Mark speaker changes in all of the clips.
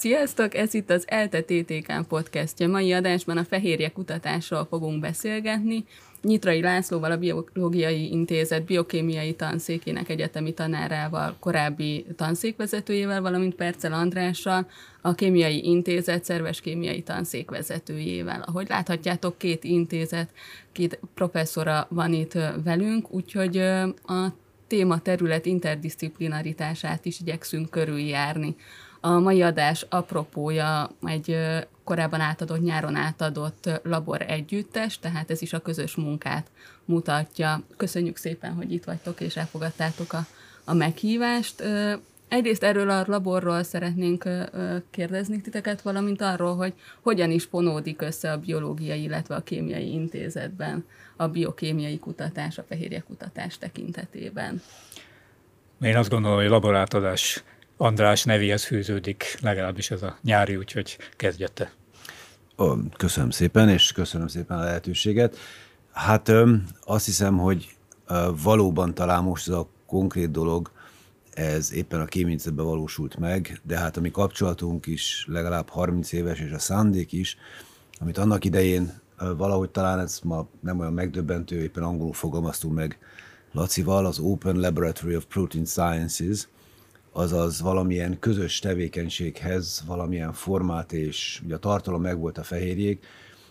Speaker 1: Sziasztok! Ez itt az ELTE TTK podcastja. Mai adásban a fehérje kutatásról fogunk beszélgetni. Nyitrai Lászlóval, a Biológiai Intézet biokémiai tanszékének egyetemi tanárával, korábbi tanszékvezetőjével, valamint Percel Andrással, a Kémiai Intézet szerves kémiai tanszékvezetőjével. Ahogy láthatjátok, két intézet, két professzora van itt velünk, úgyhogy a tématerület interdisziplinaritását is igyekszünk körüljárni. A mai adás apropója egy korábban nyáron átadott labor együttes, tehát ez is a közös munkát mutatja. Köszönjük szépen, hogy itt vagytok és elfogadtátok a meghívást. Egyrészt erről a laborról szeretnénk kérdezni titeket, valamint arról, hogy hogyan is fonódik össze a biológiai, illetve a kémiai intézetben a biokémiai kutatás, a fehérje kutatás tekintetében.
Speaker 2: Én azt gondolom, hogy a laborátadás András nevéhez fűződik, legalábbis ez a nyári, úgyhogy kezdje te.
Speaker 3: Köszönöm szépen, és köszönöm szépen a lehetőséget. Hát azt hiszem, hogy valóban talán most ez a konkrét dolog, ez éppen a kéményzetben valósult meg, de hát a mi kapcsolatunk is legalább 30 éves, és a szándék is, amit annak idején valahogy talán ez ma nem olyan megdöbbentő, éppen angolul fogalmaztunk meg Lacival, az Open Laboratory of Protein Sciences, azaz valamilyen közös tevékenységhez, valamilyen formát, és ugye a tartalom megvolt a fehérjék,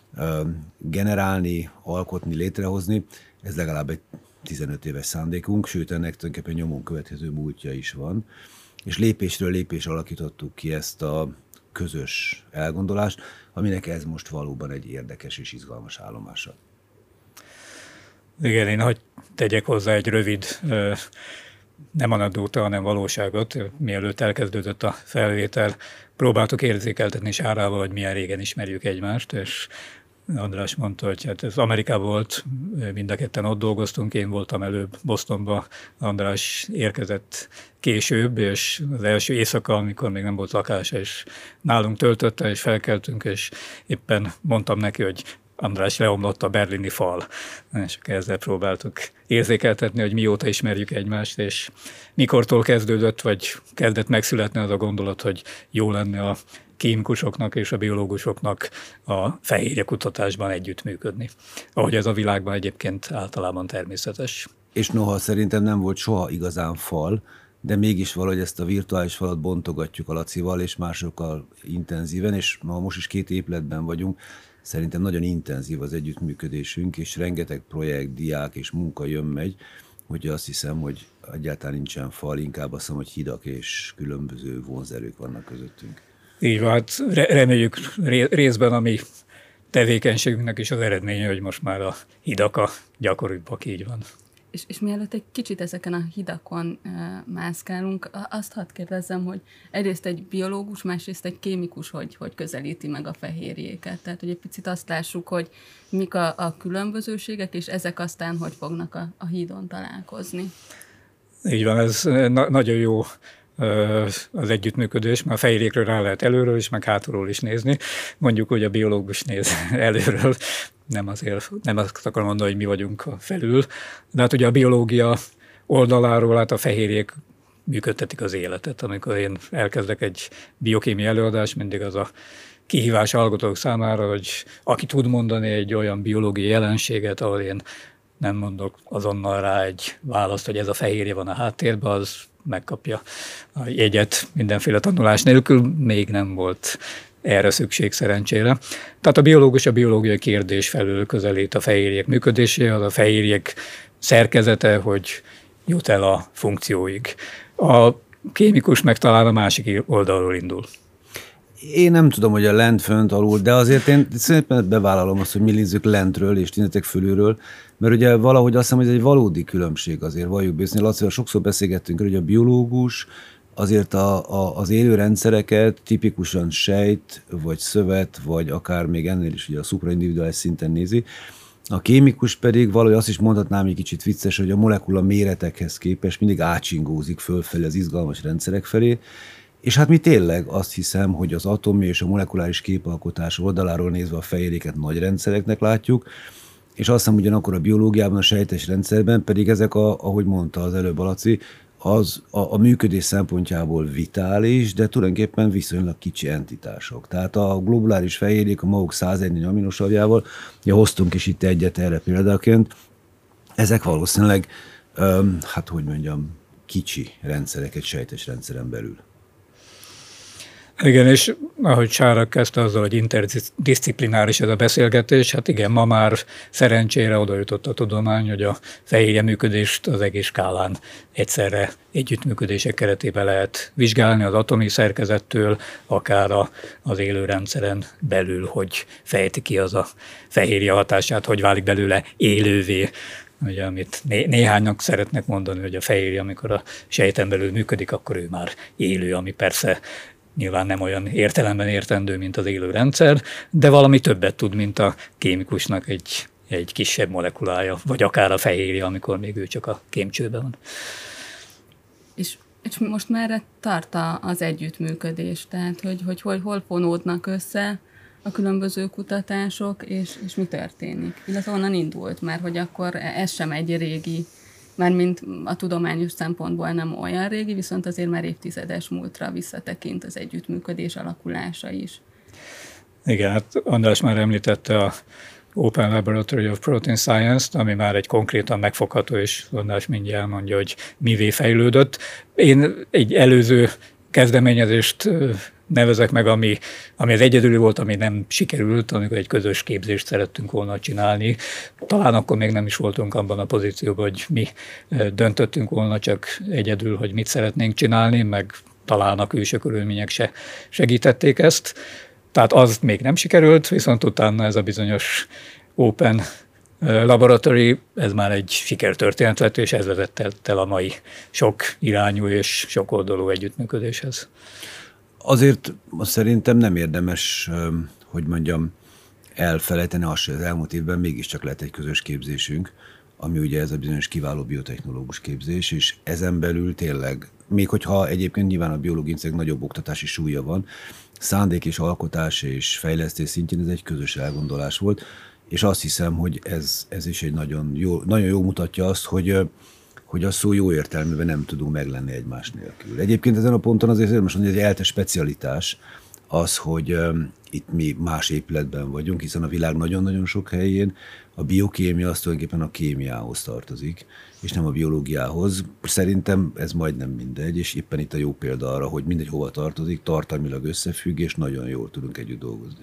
Speaker 3: generálni, alkotni, létrehozni, ez legalább egy 15 éves szándékunk, sőt ennek tulajdonképpen nyomon következő múltja is van, és lépésről lépés alakítottuk ki ezt a közös elgondolást, aminek ez most valóban egy érdekes és izgalmas állomása.
Speaker 2: Igen, én hogy tegyek hozzá egy rövid, nem anekdóta, hanem valóságot. Mielőtt elkezdődött a felvétel, próbáltuk érzékeltetni Sárával, hogy milyen régen ismerjük egymást, és András mondta, hogy hát ez Amerikában volt, mind a ketten ott dolgoztunk, én voltam előbb Bostonba, András érkezett később, és az első éjszaka, amikor még nem volt lakása, és nálunk töltötte, és felkeltünk, és éppen mondtam neki, hogy András, leomlott a berlini fal. És ezzel próbáltuk érzékeltetni, hogy mióta ismerjük egymást, és mikortól kezdődött, vagy kezdett megszületni az a gondolat, hogy jó lenne a kémikusoknak és a biológusoknak a fehérje kutatásban együttműködni. Ahogy ez a világban egyébként általában természetes.
Speaker 3: És noha szerintem nem volt soha igazán fal, de mégis valahogy ezt a virtuális falat bontogatjuk a Lacival és másokkal intenzíven, és most is 2 épületben vagyunk. Szerintem nagyon intenzív az együttműködésünk, és rengeteg projekt, diák és munka jön-megy, hogy azt hiszem, hogy egyáltalán nincsen fal, inkább azt hiszem, hogy hidak és különböző vonzerők vannak közöttünk.
Speaker 2: Így van, hát reméljük részben a mi tevékenységünknek is az eredménye, hogy most már a hidak a gyakoribbak, így van.
Speaker 1: És mielőtt egy kicsit ezeken a hidakon mászkálunk, azt hadd kérdezzem, hogy egyrészt egy biológus, másrészt egy kémikus, hogy közelíti meg a fehérjéket. Tehát, hogy egy picit azt lássuk, hogy mik a különbözőségek, és ezek aztán hogy fognak a hídon találkozni.
Speaker 2: Így van, ez nagyon jó az együttműködés, mert a fehérjékről rá lehet előről is, meg hátulról is nézni. Mondjuk, hogy a biológus néz előről, nem azt akarom mondani, hogy mi vagyunk felül, de hát ugye a biológia oldaláról hát a fehérjék működtetik az életet. Amikor én elkezdek egy biokémiai előadást, mindig az a kihívás hallgatók számára, hogy aki tud mondani egy olyan biológiai jelenséget, ahol én nem mondok azonnal rá egy választ, hogy ez a fehérje van a háttérben, az megkapja a jegyet mindenféle tanulás nélkül, még nem volt erre szükség szerencsére. Tehát a biológus a biológiai kérdés felől közelít a fehérjék működéséhez, a fehérjék szerkezete, hogy jut el a funkcióig. A kémikus meg talán a másik oldalról indul.
Speaker 3: Én nem tudom, hogy a lent fönt alul, de azért én szépen bevállalom azt, hogy mi nézzük lentről és nézzetek fölülről, mert ugye valahogy azt hiszem, hogy ez egy valódi különbség azért, valljuk be. Lacival sokszor beszélgettünk, hogy a biológus azért az élő rendszereket tipikusan sejt, vagy szövet, vagy akár még ennél is ugye a szupraindividuális szinten nézi. A kémikus pedig valahogy azt is mondhatnám egy kicsit vicces, hogy a molekula méretekhez képest mindig átsingózik fölfelé az izgalmas rendszerek felé, és hát mi tényleg azt hiszem, hogy az atomi és a molekuláris képalkotás oldaláról nézve a fehérjéket nagy rendszereknek látjuk, és azt hiszem ugyanakkor a biológiában, a sejtes rendszerben pedig ezek, ahogy mondta az előbb a Laci, az a működés szempontjából vitális, de tulajdonképpen viszonylag kicsi entitások. Tehát a globuláris fehérjék a maguk 101 aminosavjával, hoztunk is itt egyet erre példaként, ezek valószínűleg, kicsi rendszerek egy sejtes rendszeren belül.
Speaker 2: Igen, és ahogy Sára kezdte azzal, hogy interdisziplináris ez a beszélgetés, hát igen, ma már szerencsére oda jutott a tudomány, hogy a fehérje működést az egész skálán egyszerre együttműködések keretében lehet vizsgálni, az atomi szerkezettől, akár az élő rendszeren belül, hogy fejti ki az a fehérje hatását, hogy válik belőle élővé. Ugye, amit néhányak szeretnek mondani, hogy a fehérje, amikor a sejten belül működik, akkor ő már élő, ami persze nyilván nem olyan értelemben értendő, mint az élő rendszer, de valami többet tud, mint a kémikusnak egy kisebb molekulája, vagy akár a fehérje, amikor még ő csak a kémcsőben van. És
Speaker 1: most merre tart az együttműködés? Tehát, hogy hol fonódnak össze a különböző kutatások, és mi történik? Illetve onnan indult, mert hogy akkor ez sem egy régi, mármint a tudományos szempontból nem olyan régi, viszont azért már évtizedes múltra visszatekint az együttműködés alakulása is.
Speaker 2: Igen, hát András már említette a Open Laboratory of Protein Science-t, ami már egy konkrétan megfogható, és András mindjárt elmondja, hogy mivé fejlődött. Én egy előző kezdeményezést nevezek meg, ami az egyedüli volt, ami nem sikerült, amikor egy közös képzést szerettünk volna csinálni. Talán akkor még nem is voltunk abban a pozícióban, hogy mi döntöttünk volna csak egyedül, hogy mit szeretnénk csinálni, meg talán a külső körülmények se segítették ezt. Tehát az még nem sikerült, viszont utána ez a bizonyos Open Laboratory, ez már egy sikertörténet lett, és ez vezetett el a mai sok irányú és sok oldalú együttműködéshez.
Speaker 3: Azért szerintem nem érdemes, elfelejteni azt, hogy az elmúlt évben mégiscsak lett egy közös képzésünk, ami ugye ez a bizonyos kiváló biotechnológus képzés, és ezen belül tényleg, még hogyha egyébként nyilván a biológiának nagyobb oktatási súlya van, szándék és alkotás és fejlesztés szintjén ez egy közös elgondolás volt, és azt hiszem, hogy ez is egy nagyon jó mutatja azt, hogy a szó jó értelmében nem tudunk meglenni egymás nélkül. Egyébként ezen a ponton azért érdemes mondani, hogy egy ELTE specialitás az, hogy itt mi más épületben vagyunk, hiszen a világ nagyon-nagyon sok helyén a biokémia az tulajdonképpen a kémiához tartozik, és nem a biológiához. Szerintem ez majdnem mindegy, és éppen itt a jó példa arra, hogy mindegy hova tartozik, tartalmilag összefügg, és nagyon jól tudunk együtt dolgozni.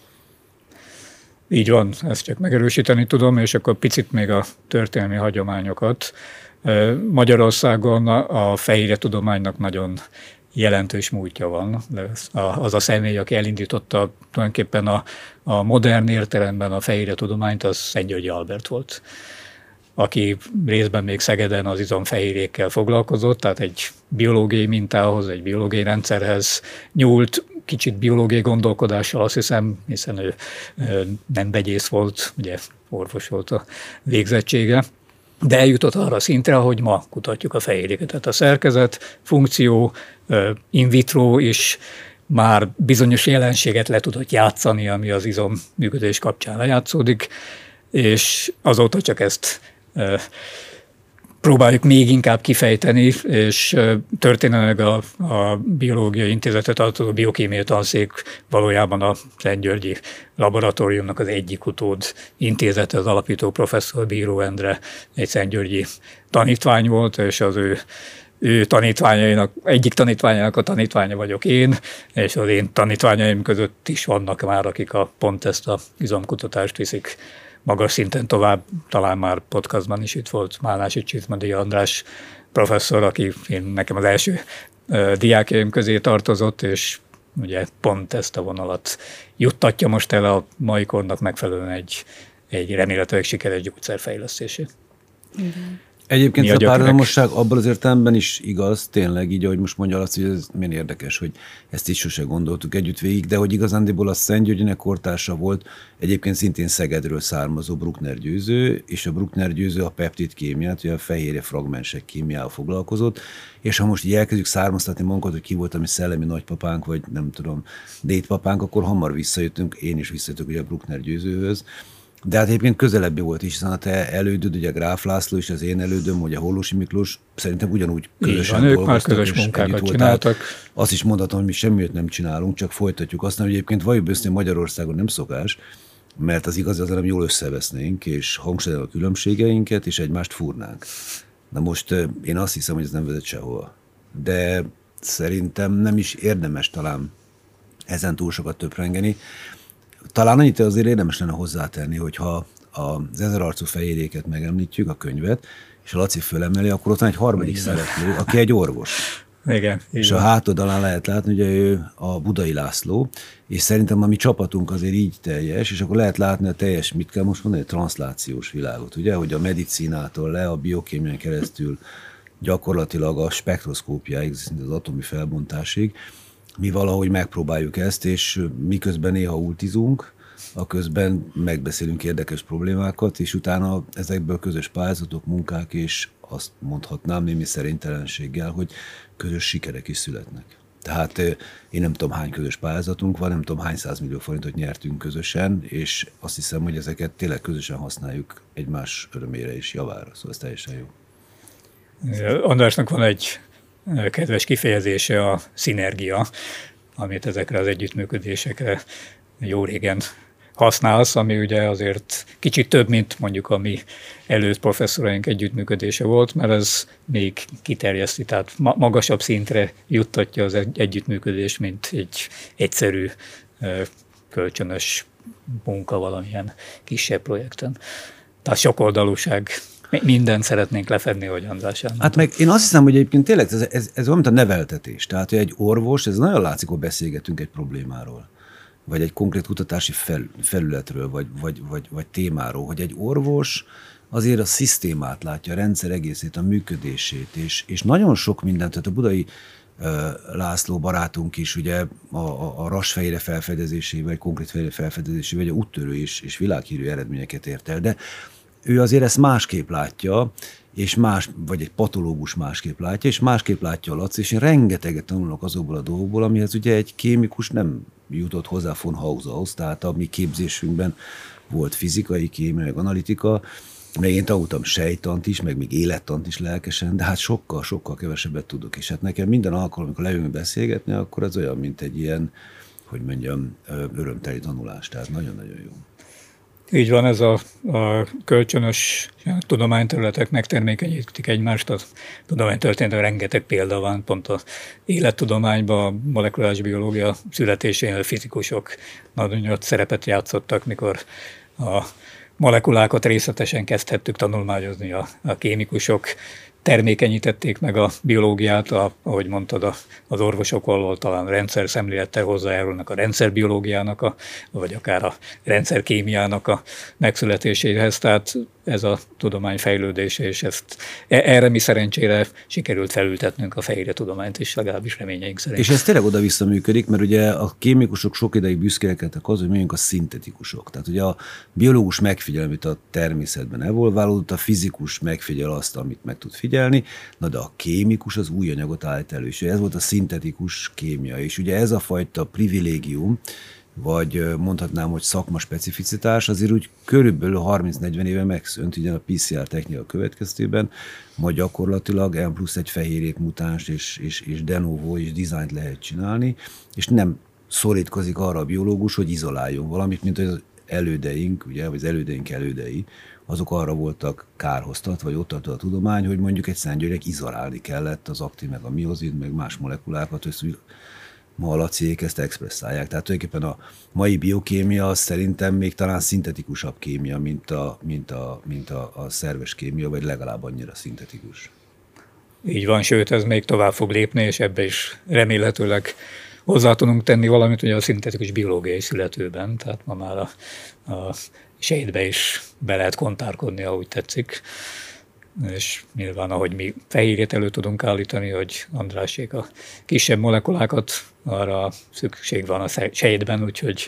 Speaker 2: Így van, ezt csak megerősíteni tudom, és akkor picit még a történelmi hagyományokat. Magyarországon a fehérje tudománynak nagyon jelentős múltja van. Az a személy, aki elindította tulajdonképpen a modern értelemben a fehérje tudományt, az Szent-Györgyi Albert volt, aki részben még Szegeden az izomfehérjékkel foglalkozott, tehát egy biológiai mintához, egy biológiai rendszerhez nyúlt, kicsit biológiai gondolkodással, azt hiszem, hiszen ő nem vegyész volt, ugye orvos volt a végzettsége, de eljutott arra a szintre, hogy ma kutatjuk a fehérjéket. Tehát a szerkezet, funkció, in vitro is már bizonyos jelenséget le tudott játszani, ami az izom működés kapcsán lejátszódik, és azóta csak ezt próbáljuk még inkább kifejteni, és történelmileg a Biológiai Intézetet tartozó biokémiai tanszék valójában a Szent-Györgyi Laboratóriumnak az egyik utód intézete, az alapító professzor Bíró Endre egy szentgyörgyi tanítvány volt, és az ő tanítványainak, egyik tanítványának a tanítványa vagyok én, és az én tanítványaim között is vannak már, akik pont ezt a izomkutatást viszik magas szinten tovább. Talán már podcastban is itt volt Málási Csizmadia András professzor, aki nekem az első diákjaim közé tartozott, és ugye pont ezt a vonalat juttatja most el a mai kornak megfelelően egy remélhetőleg sikeres gyógyszerfejlesztésé.
Speaker 3: Egyébként a párhuzamosság abban az értelemben is igaz, tényleg így, ahogy most mondja Laci, hogy ez milyen érdekes, hogy ezt is sose gondoltuk együtt végig, de hogy igazándiból a Szent-Györgyinek kortársa volt egyébként szintén Szegedről származó Bruckner Győző, és a Bruckner Győző a peptid kémiát, ugye a fehérje fragmensek kémiával foglalkozott, és ha most így elkezdjük származtatni magunkat, hogy ki volt a mi szellemi nagypapánk, vagy nem tudom, dédpapánk, akkor hamar visszajöttünk, én is visszajöttök ugye a Bruckner Győzőhöz. De hát egyébként közelebbi volt is, hiszen a te elődöd, ugye Gráf László és az én elődöm, ugye Hollósy Miklós, szerintem ugyanúgy közösen
Speaker 2: ők
Speaker 3: dolgoztak.
Speaker 2: Már közös munkákat csináltak.
Speaker 3: Azt is mondhatom, hogy mi semmiért nem csinálunk, csak folytatjuk. Aztán, hogy egyébként valljuk őszintén Magyarországon nem szokás, mert az igaz, azért nem jól összevesznénk, és hangsúlyoljuk a különbségeinket, és egymást fúrnánk. Na most én azt hiszem, hogy ez nem vezet sehova. De szerintem nem is érdemes talán ezen túl sokat töprengeni. Talán annyit azért érdemes lenne hozzátenni, hogyha az ezerarcú fehérjéket megemlítjük, a könyvet, és a Laci fölemeli, akkor ott van egy harmadik szereplő, aki egy orvos.
Speaker 2: Igen.
Speaker 3: És a hátoldalán lehet látni, hogy ő a Budai László, és szerintem a mi csapatunk azért így teljes, és akkor lehet látni a teljes, mit kell most mondani, a transzlációs világot, ugye, hogy a medicinától le, a biokémián keresztül gyakorlatilag a spektroszkópiáig, az atomi felbontásig, mi valahogy megpróbáljuk ezt, és miközben néha ultizunk, aközben megbeszélünk érdekes problémákat, és utána ezekből közös pályázatok, munkák, és azt mondhatnám némi szerénytelenséggel, hogy közös sikerek is születnek. Tehát én nem tudom, hány közös pályázatunk van, nem tudom, hány 100 millió forintot nyertünk közösen, és azt hiszem, hogy ezeket tényleg közösen használjuk egymás örömére és javára, szóval ez teljesen jó.
Speaker 2: Andrásnak van egy kedves kifejezése, a szinergia, amit ezekre az együttműködésekre jó régen használsz, ami ugye azért kicsit több, mint mondjuk a mi előtt professzoraink együttműködése volt, mert ez még kiterjeszti, tehát magasabb szintre juttatja az együttműködést, mint egy egyszerű kölcsönös munka valamilyen kisebb projekten. Tehát sokoldalúság. Mindent szeretnénk lefedni, hogy András elmondta.
Speaker 3: Hát meg én azt hiszem, hogy egyébként tényleg ez olyan, mint a neveltetés. Tehát, hogy egy orvos, ez nagyon látszik, hogy beszélgetünk egy problémáról, vagy egy konkrét kutatási felületről, vagy témáról, hogy egy orvos azért a szisztémát látja, a rendszer egészét, a működését, és nagyon sok mindent, tehát a Budai László barátunk is ugye a rasfehérje felfedezésével, konkrét fehérje felfedezésével, ugye úttörő és világhírű eredményeket ért el, de ő azért ezt másképp látja, és vagy egy patológus másképp látja, és másképp látja a Laci, és én rengeteget tanulok azokból a dolgokból, amihez ugye egy kémikus nem jutott hozzá von Hauserhoz, tehát a mi képzésünkben volt fizikai, kémia, meg analitika, meg én tanultam sejtant is, meg még élettant is lelkesen, de hát sokkal kevesebbet tudok, és hát nekem minden alkalom, amikor leülünk beszélgetni, akkor az olyan, mint egy ilyen, hogy mondjam, örömteli tanulás, tehát nagyon-nagyon jó.
Speaker 2: Így van, ez a kölcsönös tudományterületek megtermékenyítik egymást. A tudománytörténetben rengeteg példa van, pont az élettudományban, a molekuláris biológia születésénél fizikusok nagyon nagy szerepet játszottak, mikor a molekulákat részletesen kezdhettük tanulmányozni, a kémikusok termékenyítették meg a biológiát, ahogy mondtad, az orvosok valahol talán rendszer szemlélettel hozzájárulnak a rendszerbiológiának, vagy akár a rendszerkémiának a megszületéséhez. Tehát ez a tudomány fejlődése, és erre mi szerencsére sikerült felültetnünk a fehérje tudományt is, legalábbis reményeink szerint.
Speaker 3: És ez tényleg oda-vissza működik, mert ugye a kémikusok sok ideig büszkélkedtek az, hogy mondjuk a szintetikusok. Tehát ugye a biológus megfigyel, amit a természetben evolválódott, a fizikus megfigyel azt, amit meg tud figyelni, na de a kémikus az új anyagot állít elő. És ez volt a szintetikus kémia. És ugye ez a fajta privilégium, vagy mondhatnám, hogy szakmaspecificitás azért úgy körülbelül 30-40 éve megszűnt, ugye a PCR technika következtében, ma gyakorlatilag N+1 fehérjét mutáns és de novo és dizájnt lehet csinálni, és nem szorítkozik arra a biológus, hogy izoláljon valamit, mint az elődeink, ugye, vagy az elődeink elődei, azok arra voltak kárhoztat, vagy ott tartott a tudomány, hogy mondjuk egy szentgyörgynek izolálni kellett az aktin, meg a miozin, meg más molekulákat, hogy ma a Laciék ezt expresszálják. Tehát tulajdonképpen a mai biokémia az szerintem még talán szintetikusabb kémia, mint a szerves kémia, vagy legalább annyira szintetikus.
Speaker 2: Így van, sőt, ez még tovább fog lépni, és ebbe is remélhetőleg hozzá tudunk tenni valamit ugye a szintetikus biológiai születőben, tehát ma már a sejtbe is be lehet kontárkodni, ahogy tetszik. És nyilván, ahogy mi fehérjét elő tudunk állítani, hogy Andrásék a kisebb molekulákat, arra szükség van a sejtben, úgyhogy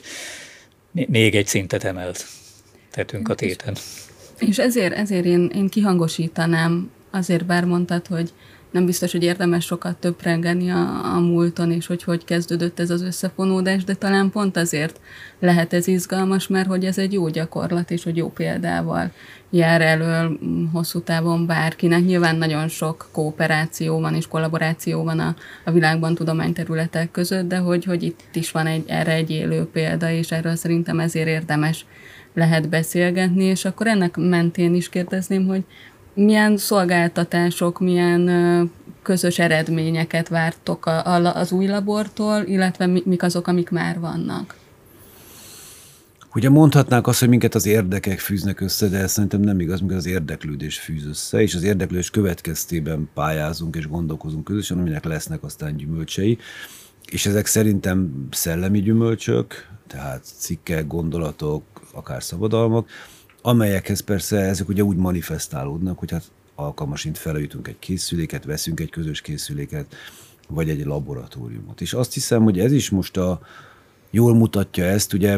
Speaker 2: még egy szintet emeltetünk a téten.
Speaker 1: És ezért én kihangosítanám, azért bár mondtad, hogy nem biztos, hogy érdemes sokat töprengeni a múlton, és hogy kezdődött ez az összefonódás, de talán pont azért lehet ez izgalmas, mert hogy ez egy jó gyakorlat, és hogy jó példával jár elől hosszú távon bárkinek. Nyilván nagyon sok kooperáció van és kollaboráció van a világban tudományterületek között, de hogy itt is van erre egy élő példa, és erről szerintem ezért érdemes lehet beszélgetni, és akkor ennek mentén is kérdezném, hogy milyen szolgáltatások, milyen közös eredményeket vártok az új labortól, illetve mik azok, amik már vannak?
Speaker 3: Ugye mondhatnánk azt, hogy minket az érdekek fűznek össze, de ez szerintem nem igaz, minket az érdeklődés fűz össze, és az érdeklődés következtében pályázunk és gondolkozunk közösen, aminek lesznek aztán gyümölcsei, és ezek szerintem szellemi gyümölcsök, tehát cikkek, gondolatok, akár szabadalmak, amelyekhez persze ezek ugye úgy manifestálódnak, hogy hát alkalmasint felújítunk egy készüléket, veszünk egy közös készüléket, vagy egy laboratóriumot. És azt hiszem, hogy ez is most jól mutatja ezt, ugye,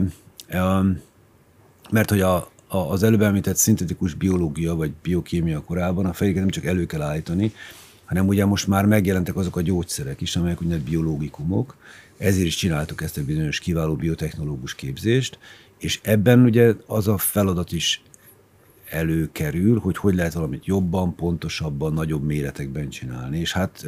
Speaker 3: mert hogy az előbb említett szintetikus biológia, vagy biokémia korában a fejéket nem csak elő kell állítani, hanem ugye most már megjelentek azok a gyógyszerek is, amelyek úgynevezett biológikumok, ezért is csináltuk ezt a bizonyos kiváló biotechnológus képzést, és ebben ugye az a feladat is előkerül, hogy lehet valamit jobban, pontosabban, nagyobb méretekben csinálni. És hát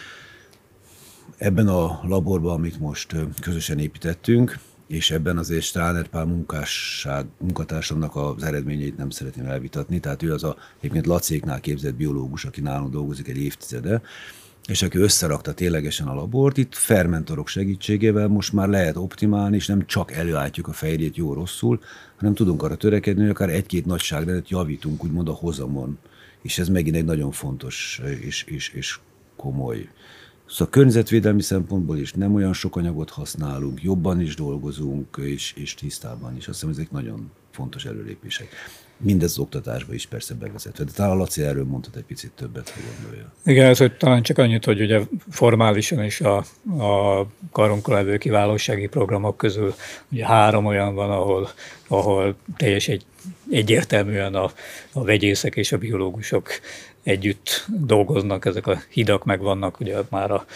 Speaker 3: ebben a laborban, amit most közösen építettünk, és ebben azért Stráner Pál munkatársamnak az eredményeit nem szeretném elvitatni, tehát ő az egyébként Lacéknál képzett biológus, aki nálunk dolgozik egy évtizede, és aki összerakta ténylegesen a labort, itt fermentorok segítségével most már lehet optimálni, és nem csak előállítjuk a fehérjét jó-rosszul, hanem tudunk arra törekedni, hogy akár egy-két nagyságrendet javítunk, úgymond a hozamon. És ez megint egy nagyon fontos és komoly. Szóval környezetvédelmi szempontból is nem olyan sok anyagot használunk, jobban is dolgozunk, és tisztában is. Azt hiszem, ezek nagyon fontos előlépések. Mindez az oktatásba is persze bevezetve. De talán Laci erről mondhat egy picit többet, ha gondolja.
Speaker 2: Igen, ez, hogy talán csak annyit, hogy ugye formálisan is a karunkon levő kiválósági programok közül ugye 3 olyan van, ahol egyértelműen a vegyészek és a biológusok együtt dolgoznak, ezek a hidak megvannak, ugye már a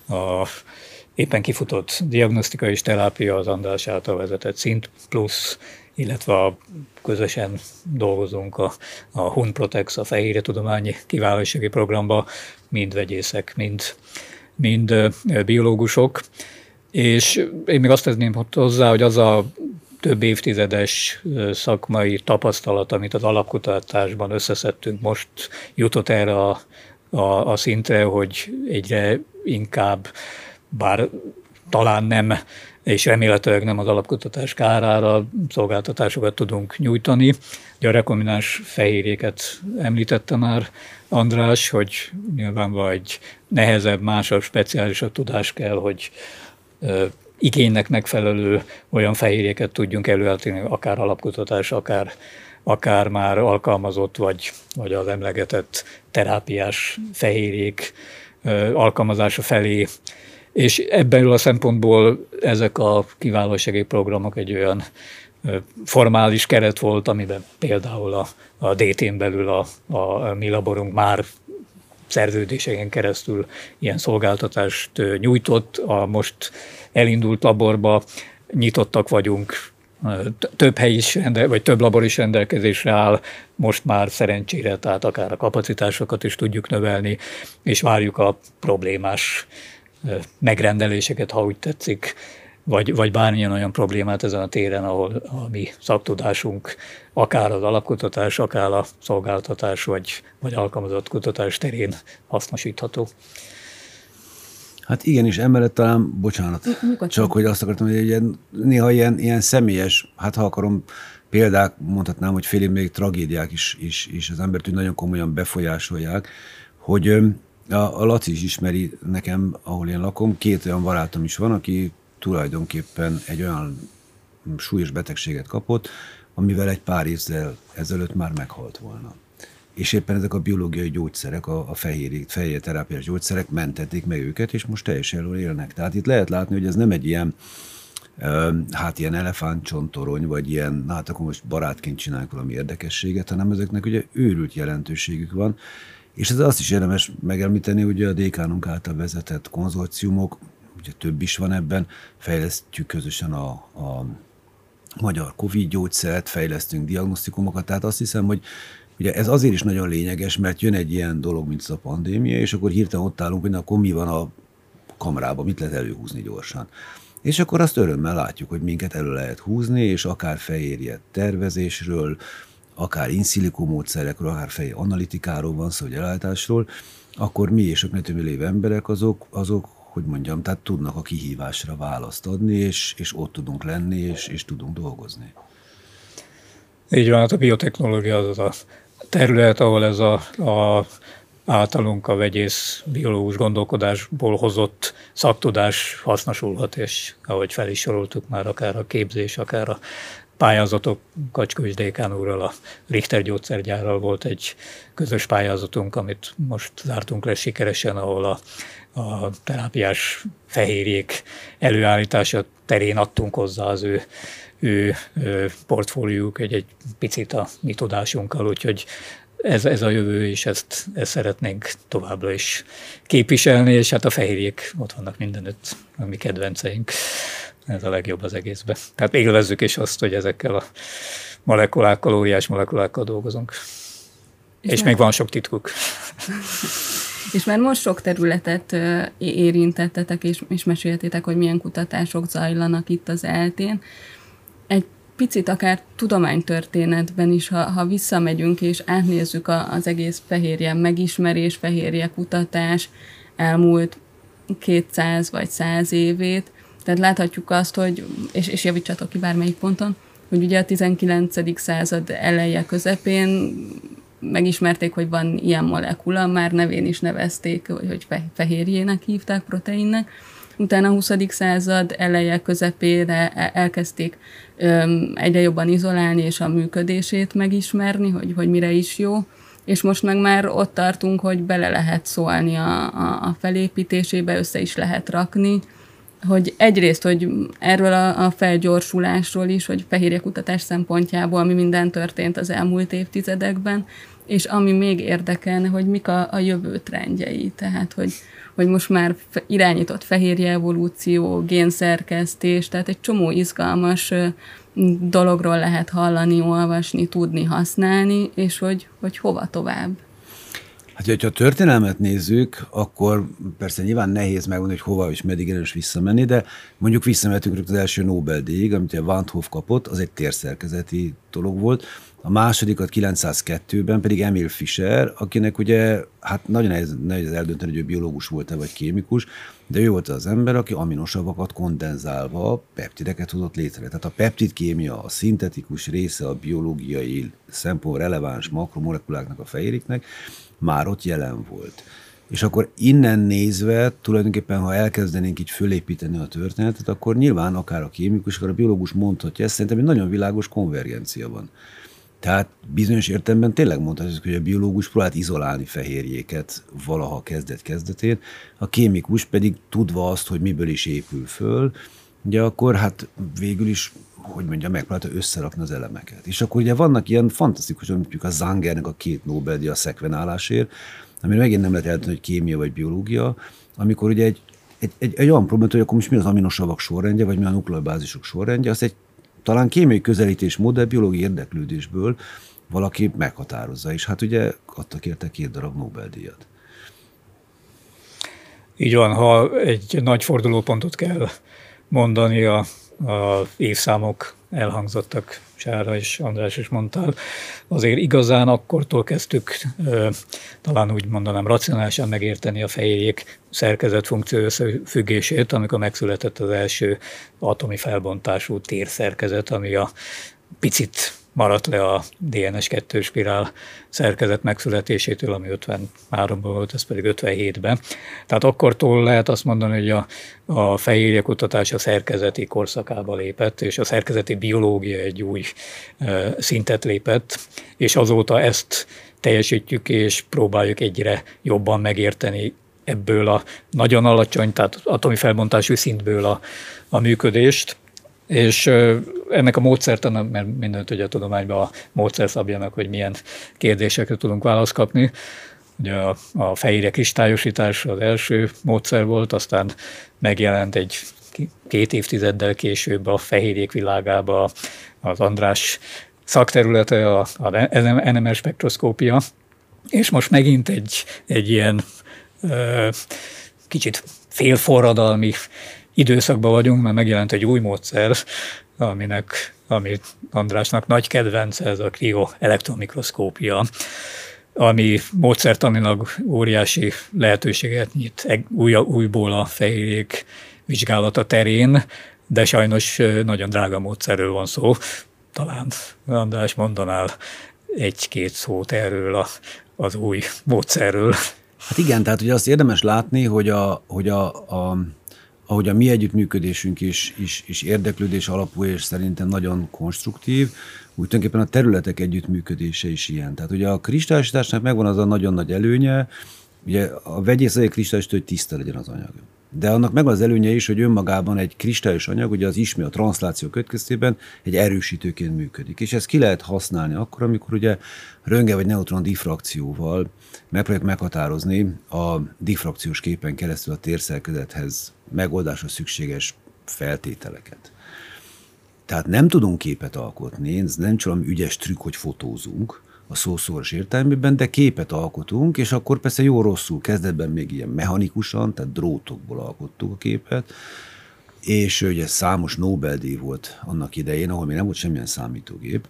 Speaker 2: éppen kifutott diagnosztika és terápia, az András által vezetett Szint Plusz, illetve közösen dolgozunk a Hun Protex, a fehérjetudományi kiválósági programba, mind vegyészek, mind biológusok. És én még azt tenném hozzá, hogy az a több évtizedes szakmai tapasztalat, amit az alapkutatásban összeszedtünk, most jutott erre a szintre, hogy egyre inkább, bár talán nem, és remélhetőleg nem az alapkutatás kárára szolgáltatásokat tudunk nyújtani. Ugye a rekombináns fehérjéket említette már András, hogy nyilván egy nehezebb, másabb, speciálisabb tudás kell, hogy igénynek megfelelő olyan fehérjéket tudjunk előállítani, akár alapkutatás, akár már alkalmazott, vagy az emlegetett terápiás fehérjék alkalmazása felé. És ebből a szempontból ezek a kiválósági programok egy olyan formális keret volt, amiben például a DT-n belül a mi laborunk már szerződéseken keresztül ilyen szolgáltatást nyújtott. A most elindult laborba nyitottak vagyunk, több hely is vagy több labor is rendelkezésre áll, most már szerencsére, tehát akár a kapacitásokat is tudjuk növelni, és várjuk a problémás megrendeléseket, ha úgy tetszik, vagy bármilyen olyan problémát ezen a téren, ahol a mi szaktudásunk akár az alapkutatás, akár a szolgáltatás, vagy alkalmazott kutatás terén hasznosítható.
Speaker 3: Hát igen, és emellett talán, bocsánat, csak hogy azt akartam, hogy néha ilyen személyes, hát ha akarom, példák, mondhatnám, hogy félig még tragédiák is az embert nagyon komolyan befolyásolják, hogy a Laci is ismeri nekem, ahol én lakom, 2 olyan barátom is van, aki tulajdonképpen egy olyan súlyos betegséget kapott, amivel egy pár évvel ezelőtt már meghalt volna. És éppen ezek a biológiai gyógyszerek, a fehérjeterápiás gyógyszerek mentették meg őket, és most teljesen jól élnek. Tehát itt lehet látni, hogy ez nem egy ilyen, ilyen elefántcsontorony, vagy ilyen, hát akkor most barátként csináljuk valami érdekességet, hanem ezeknek ugye őrült jelentőségük van, És ez azt is érdemes megemlíteni, hogy a dékánunk által vezetett konzorciumok, ugye több is van ebben, fejlesztjük közösen a magyar Covid gyógyszert, fejlesztünk diagnosztikumokat, tehát azt hiszem, hogy ugye ez azért is nagyon lényeges, mert jön egy ilyen dolog, mint ez a pandémia, és akkor hirtelen ott állunk, hogy akkor mi van a kamerában, mit lehet előhúzni gyorsan. És akkor azt örömmel látjuk, hogy minket elő lehet húzni, és akár fehérje tervezésről, akár in silico módszerekről, akár fehérje analitikáról van szó, vagy ellátásról, akkor mi és a lévő emberek azok, hogy mondjam, tehát tudnak a kihívásra választ adni, és ott tudunk lenni, és tudunk dolgozni.
Speaker 2: Így van, hát a biotechnológia az a terület, ahol ez a általunk a vegyész biológus gondolkodásból hozott szaktudás hasznosulhat, és ahogy fel is soroltuk már, akár a képzés, akár a pályázatok, Kacskovics dékán úrral, a Richter gyógyszergyárral volt egy közös pályázatunk, amit most zártunk le sikeresen, ahol a terápiás fehérjék előállítása terén adtunk hozzá az ő portfóliójuk egy picit a mi tudásunkkal, úgyhogy ez a jövő, és ezt szeretnénk továbbra is képviselni, és hát a fehérjék ott vannak mindenütt, a mi kedvenceink. Ez a legjobb az egészben. Tehát élvezzük is azt, hogy ezekkel a molekulákkal, óriás molekulákkal dolgozunk. És még van sok titkuk.
Speaker 1: És már most sok területet érintettetek, és meséltétek, hogy milyen kutatások zajlanak itt az ELTén. Egy picit akár tudománytörténetben is, ha visszamegyünk és átnézzük az egész fehérje megismerés, fehérje kutatás elmúlt 200 vagy 100 évét, tehát láthatjuk azt, hogy, és javítsatok ki bármelyik ponton, hogy ugye a 19. század eleje közepén megismerték, hogy van ilyen molekula, már nevén is nevezték, hogy fehérjének hívták, proteinnek. Utána a 20. század eleje közepére elkezdték egyre jobban izolálni, és a működését megismerni, hogy mire is jó. És most meg már ott tartunk, hogy bele lehet szólni a felépítésébe, össze is lehet rakni, hogy egyrészt, hogy erről a felgyorsulásról is, hogy fehérjekutatás szempontjából mi minden történt az elmúlt évtizedekben, és ami még érdekelne, hogy mik a jövő trendjei, tehát hogy most már irányított fehérje evolúció, génszerkesztés, tehát egy csomó izgalmas dologról lehet hallani, olvasni, tudni, használni, és hogy hova tovább.
Speaker 3: Hát, hogyha a történelmet nézzük, akkor persze nyilván nehéz megmondani, hogy hova és meddig érdemes visszamenni, de mondjuk visszamehetünk az első Nobel-díjig, amit a Van 't Hoff kapott, az egy térszerkezeti dolog volt. A másodikat 902-ben pedig Emil Fischer, akinek ugye hát nagyon nehéz eldönteni, hogy ő biológus volt-e vagy kémikus, de ő volt az ember, aki aminosavakat kondenzálva peptideket tudott létre. Tehát a peptidkémia, a szintetikus része a biológiai szempont releváns makromolekuláknak, a fehérjéknek már ott jelen volt. És akkor innen nézve tulajdonképpen, ha elkezdenénk így fölépíteni a történetet, akkor nyilván akár a kémikus, akár a biológus mondhatja, ezt szerintem egy nagyon világos konvergencia van. Tehát bizonyos értelemben tényleg mondhatjuk, hogy a biológus próbált izolálni fehérjéket valaha kezdet-kezdetén, a kémikus pedig tudva azt, hogy miből is épül föl, ugye akkor hát végül is, hogy mondjam, megpróbálta összerakni az elemeket. És akkor ugye vannak ilyen fantasztikus, mondjuk a Zangernek a 2 Nobel-díj a szekvenálásért, amire megint nem lehet eldönteni, hogy kémia vagy biológia, amikor ugye egy olyan probléma, hogy akkor most mi az aminosavak sorrendje, vagy mi a nukleobázisok sorrendje, azt egy talán kémiai közelítés mód, biológiai érdeklődésből valaki meghatározza, és hát ugye adtak érte 2 darab Nobel-díjat.
Speaker 2: Így van, ha egy nagy fordulópontot kell mondani, a évszámok elhangzottak, Sára és András is mondtál, azért igazán akkortól kezdtük talán úgy mondanám racionálisan megérteni a fehérjék szerkezet-funkció összefüggését, amikor megszületett az első atomi felbontású térszerkezet, ami a picit maradt le a DNS2 spirál szerkezet megszületésétől, ami 53-ban volt, ez pedig 57-ben. Tehát akkortól lehet azt mondani, hogy a fehérje kutatás a szerkezeti korszakába lépett, és a szerkezeti biológia egy új szintet lépett, és azóta ezt teljesítjük, és próbáljuk egyre jobban megérteni ebből a nagyon alacsony, tehát atomi felbontású szintből a működést. És ennek a módszertan, mert mindent ugye a tudományban a módszer szabja meg, hogy milyen kérdésekre tudunk választ kapni, ugye a fehérje kristályosítás az első módszer volt, aztán megjelent egy 2 évtizeddel később a fehérjék világába az András szakterülete, a NMR spektroszkópia, és most megint egy ilyen kicsit félforradalmi időszakban vagyunk, mert megjelent egy új módszer, ami Andrásnak nagy kedvence, ez a krioelektromikroszkópia, ami módszertanilag óriási lehetőséget nyit újból a fehérjék vizsgálata terén, de sajnos nagyon drága módszerről van szó. Talán András mondanál 1-2 szót erről az új módszerről.
Speaker 3: Hát igen, tehát ugye azt érdemes látni, hogy ahogy a mi együttműködésünk is érdeklődés alapú, és szerintem nagyon konstruktív, úgy tulajdonképpen a területek együttműködése is ilyen. Tehát ugye a kristályosításnak megvan az a nagyon nagy előnye, ugye a vegyész egy kristályosító, hogy tiszta legyen az anyag. De annak megvan az előnye is, hogy önmagában egy kristályos anyag, ugye az ismét a transzláció következtében egy erősítőként működik. És ezt ki lehet használni akkor, amikor ugye röntgen vagy neutron diffrakcióval megpróbáljuk meghatározni a diffrakciós képen keresztül a térszerkezethez megoldásra szükséges feltételeket. Tehát nem tudunk képet alkotni, ez nem csak ügyes trükk, hogy fotózunk a szószoros értelmében, de képet alkotunk, és akkor persze jó-rosszul kezdetben még ilyen mechanikusan, tehát drótokból alkottuk a képet, és ugye számos Nobel-díj volt annak idején, ahol még nem volt semmilyen számítógép,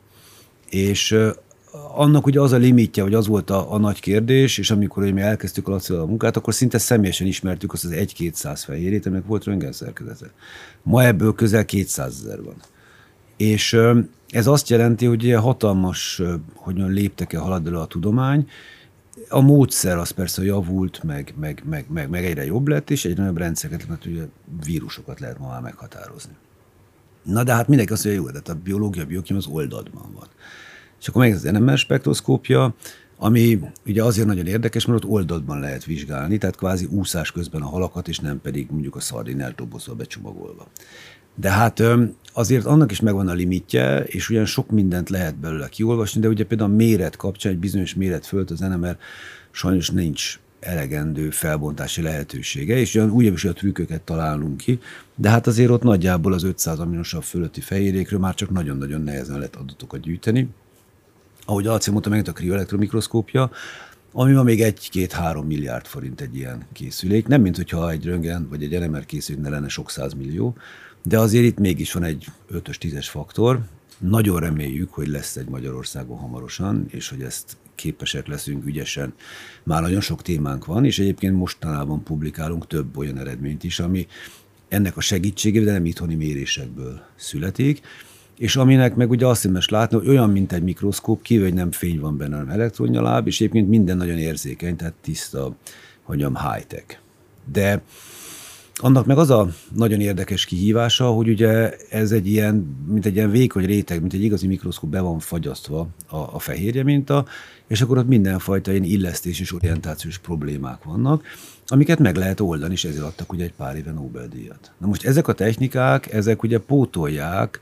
Speaker 3: és annak ugye az a limitje, hogy az volt a nagy kérdés, és amikor mi elkezdtük a Lacival a munkát, akkor szinte személyesen ismertük azt az 1-200 fehérjét, aminek volt röntgenszerkezete. Ma ebből közel 200 000 van. És ez azt jelenti, hogy hatalmas, hogyan léptek-e halad elő a tudomány. A módszer az persze javult, meg egyre jobb lett, és egyre nagyobb rendszereket, mert ugye vírusokat lehet ma már meghatározni. Na de hát mindenki azt mondja, jó, de a biológia, a biokémia az oldalban van. És akkor meg az NMR spektroszkópia, ami ugye azért nagyon érdekes, mert ott oldalban lehet vizsgálni, tehát kvázi úszás közben a halakat, és nem pedig mondjuk a szardinát dobozba becsomagolva. De hát azért annak is megvan a limitje, és ugyan sok mindent lehet belőle kiolvasni, de ugye például a méret kapcsán, egy bizonyos méret fölött az NMR sajnos nincs elegendő felbontási lehetősége, és ugyan újabb is a trükköket találunk ki, de hát azért ott nagyjából az 500 aminosav fölötti fehérjékről már csak nagyon-nagyon nehezen lehet adatokat gyűjteni. Ahogy Alci mondta, megint a krioelektromikroszkópia, ami ma még 1-2-3 milliárd forint egy ilyen készülék. Nem, mint hogyha egy röntgen vagy egy NMR készülék ne lenne sok 100 millió, de azért itt mégis van egy 5-ös, 10-es faktor. Nagyon reméljük, hogy lesz egy Magyarországon hamarosan, és hogy ezt képesek leszünk ügyesen. Már nagyon sok témánk van, és egyébként mostanában publikálunk több olyan eredményt is, ami ennek a segítségével, de nem itthoni mérésekből születik, és aminek meg ugye azt érdemes látni, hogy olyan, mint egy mikroszkóp, kívül, hogy nem fény van benne, hanem elektronnyaláb, és egyébként minden nagyon érzékeny, tehát tiszta, mondjam, high-tech. De annak meg az a nagyon érdekes kihívása, hogy ugye ez egy ilyen, mint egy ilyen vékony réteg, mint egy igazi mikroszkóp be van fagyasztva a fehérje minta, és akkor ott mindenfajta ilyen illesztés és orientációs problémák vannak, amiket meg lehet oldani, és ezért adtak ugye egy pár éve Nobel-díjat. Na most ezek a technikák, ezek ugye pótolják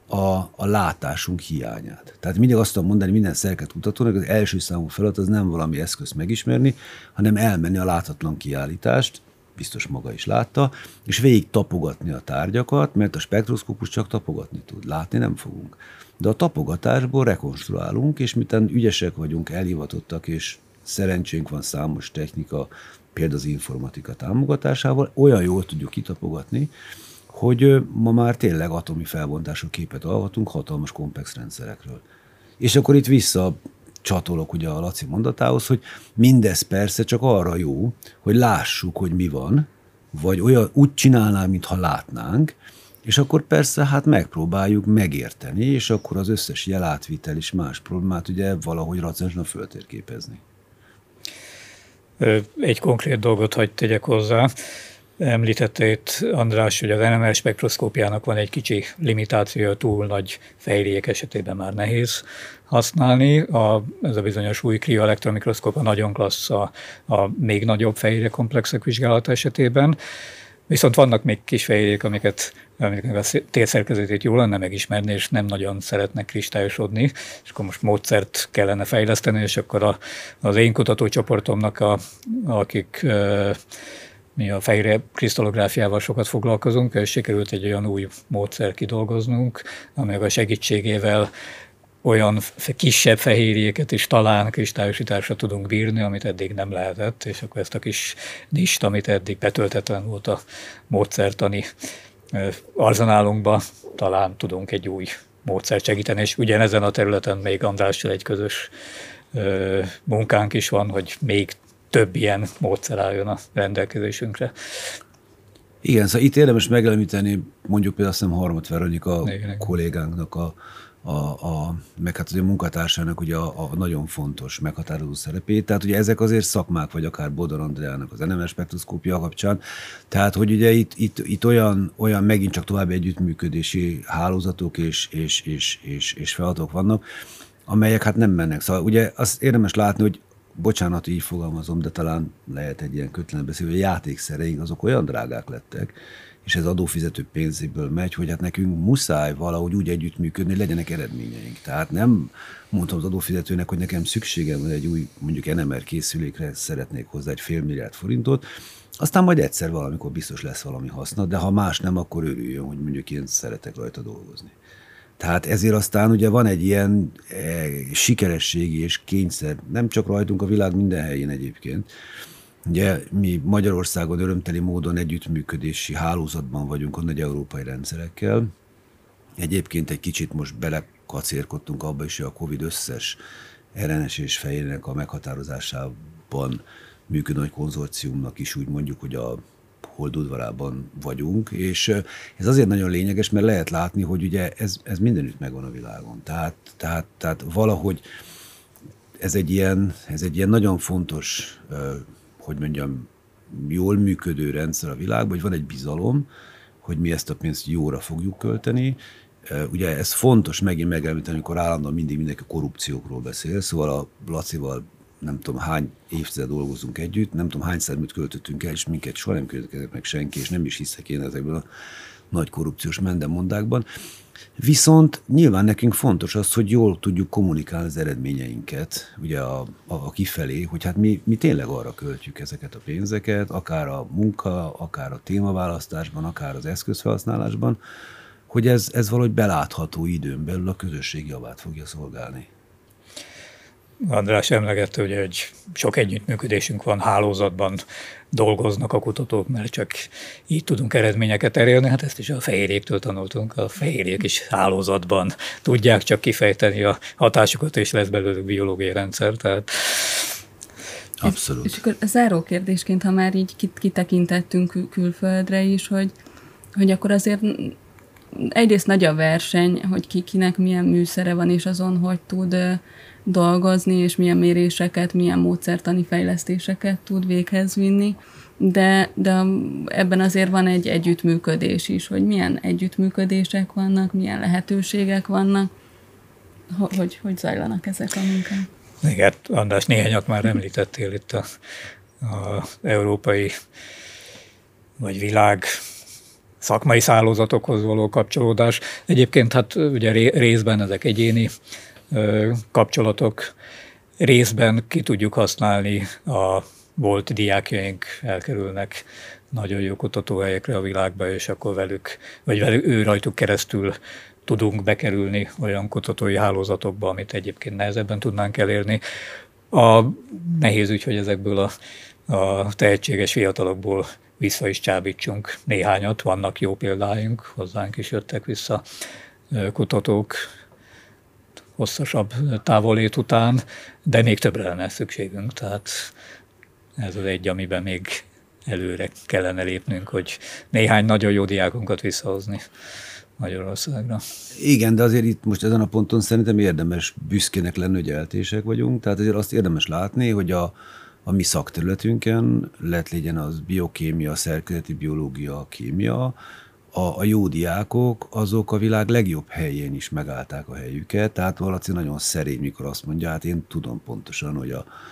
Speaker 3: a látásunk hiányát. Tehát mindig azt tudom mondani minden szerkezetkutatónak, az első számú feladat az nem valami eszközt megismerni, hanem elmenni a láthatatlan kiállítást, biztos maga is látta, és végig tapogatni a tárgyakat, mert a spektroszkópus csak tapogatni tud, látni nem fogunk. De a tapogatásból rekonstruálunk, és miután ügyesek vagyunk, elhivatottak, és szerencsénk van számos technika, például az informatika támogatásával, olyan jól tudjuk kitapogatni, hogy ma már tényleg atomi felbontású képet alkotunk hatalmas komplex rendszerekről. És akkor itt visszacsatolok ugye a Laci mondatához, hogy mindez persze csak arra jó, hogy lássuk, hogy mi van, vagy olyan úgy csinálnánk, mintha látnánk, és akkor persze hát megpróbáljuk megérteni, és akkor az összes jelátvitel és más problémát ugye valahogy racionálisan föltérképezni.
Speaker 2: Egy konkrét dolgot hadd tegyek hozzá. Említette itt András, hogy az NMR spektroszkópiának van egy kicsi limitációja, túl nagy fehérjék esetében már nehéz használni. Ez a bizonyos új krioelektromikroszkóp nagyon klassz a még nagyobb fehérjekomplexek vizsgálata esetében. Viszont vannak még kis fehérjék, amiknek a térszerkezetét jó lenne megismerni, és nem nagyon szeretnek kristályosodni, és akkor most módszert kellene fejleszteni, és akkor az én kutatócsoportomnak, akik mi a fehérje krisztallográfiával sokat foglalkozunk, és sikerült egy olyan új módszer kidolgoznunk, amelyek a segítségével olyan kisebb fehérjéket is talán kristályosításra tudunk bírni, amit eddig nem lehetett, és akkor ezt a kis nist, amit eddig betöltetlen volt a módszertani arzenálunkba, talán tudunk egy új módszert segíteni, és ugyanezen a területen még Andrással egy közös munkánk is van, hogy még több ilyen módszer álljon a rendelkezésünkre.
Speaker 3: Igen, szóval itt érdemes megemlíteni mondjuk például azt hiszem Harmat Veronika kollégánknak meg hát a munkatársának ugye a nagyon fontos meghatározó szerepét. Tehát ugye ezek azért szakmák, vagy akár Bodor Andreának az NMR spektroszkópia kapcsán. Tehát, hogy ugye itt olyan megint csak további együttműködési hálózatok és feladatok vannak, amelyek hát nem mennek. Szóval ugye azt érdemes látni, hogy bocsánat, így fogalmazom, de talán lehet egy ilyen kötlen beszélni, hogy a játékszereink azok olyan drágák lettek, és ez adófizető pénzéből megy, hogy hát nekünk muszáj valahogy úgy együttműködni, hogy legyenek eredményeink. Tehát nem mondtam az adófizetőnek, hogy nekem szükségem van egy új, mondjuk NMR készülékre, szeretnék hozzá egy $500 millió forintot, aztán majd egyszer valamikor biztos lesz valami haszna, de ha más nem, akkor örüljön, hogy mondjuk én szeretek rajta dolgozni. Tehát ezért aztán ugye van egy ilyen sikerességi és kényszer, nem csak rajtunk, a világ minden helyén egyébként. Ugye mi Magyarországon örömteli módon együttműködési hálózatban vagyunk a nagy európai rendszerekkel. Egyébként egy kicsit most belekacérkodtunk abba is, hogy a Covid összes RNS és fehérjének a meghatározásában működő nagy konzorciumnak is úgy mondjuk, hogy a Hold udvarában vagyunk, és ez azért nagyon lényeges, mert lehet látni, hogy ugye ez mindenütt megvan a világon. Tehát valahogy ez egy ilyen nagyon fontos, hogy mondjam, jól működő rendszer a világban, hogy van egy bizalom, hogy mi ezt a pénzt jóra fogjuk költeni. Ugye ez fontos megint megemlíteni, amikor állandóan mindenki korrupciókról beszél, szóval a Lacival nem tudom hány évtized dolgozunk együtt, nem tudom hány szerműt költöttünk el, és minket soha nem kérdezett meg senki, és nem is hiszek én ezekből a nagy korrupciós mendemondákban. Viszont nyilván nekünk fontos az, hogy jól tudjuk kommunikálni az eredményeinket, ugye a kifelé, hogy hát mi tényleg arra költjük ezeket a pénzeket, akár a munka, akár a témaválasztásban, akár az eszközfelhasználásban, hogy ez valahogy belátható időn belül a közösség javát fogja szolgálni.
Speaker 2: András emlegette, ugye, hogy sok együttműködésünk van, hálózatban dolgoznak a kutatók, mert csak így tudunk eredményeket elérni. Hát ezt is a fehérjéktől tanultunk. A fehérjék is hálózatban tudják csak kifejteni a hatásukat, és lesz belőlük biológiai rendszer. Tehát...
Speaker 3: Abszolút.
Speaker 1: És akkor a záró kérdésként, ha már így kitekintettünk külföldre is, hogy akkor azért egyrészt nagy a verseny, hogy kinek milyen műszere van, és azon, hogy tud dolgozni, és milyen méréseket, milyen módszertani fejlesztéseket tud véghez vinni, de ebben azért van egy együttműködés is, hogy milyen együttműködések vannak, milyen lehetőségek vannak, hogy zajlanak ezek a munkák.
Speaker 2: Igen, András, néhányat már említettél itt az európai vagy világ szakmai hálózatokhoz való kapcsolódás. Egyébként hát ugye részben ezek egyéni kapcsolatok, részben ki tudjuk használni, a volt diákjaink elkerülnek nagyon jó kutatóhelyekre a világba, és akkor velük ő rajtuk keresztül tudunk bekerülni olyan kutatói hálózatokba, amit egyébként nehezebben tudnánk elérni. A nehéz ügy, hogy ezekből a tehetséges fiatalokból vissza is csábítsunk néhányat, vannak jó példáink, hozzánk is jöttek vissza kutatók hosszasabb távolét után, de még többre lenne szükségünk, tehát ez az egy, amiben még előre kellene lépnünk, hogy néhány nagyon jó diákunkat visszahozni Magyarországra.
Speaker 3: Igen, de azért itt most ezen a ponton szerintem érdemes büszkének lenni, hogy eltések vagyunk, tehát azért azt érdemes látni, hogy a mi szakterületünkön legyen az biokémia, szerkezeti biológia, kémia, a jó diákok azok a világ legjobb helyén is megállták a helyüket, tehát valaci nagyon szerény, mikor azt mondja, hát én tudom pontosan, hogy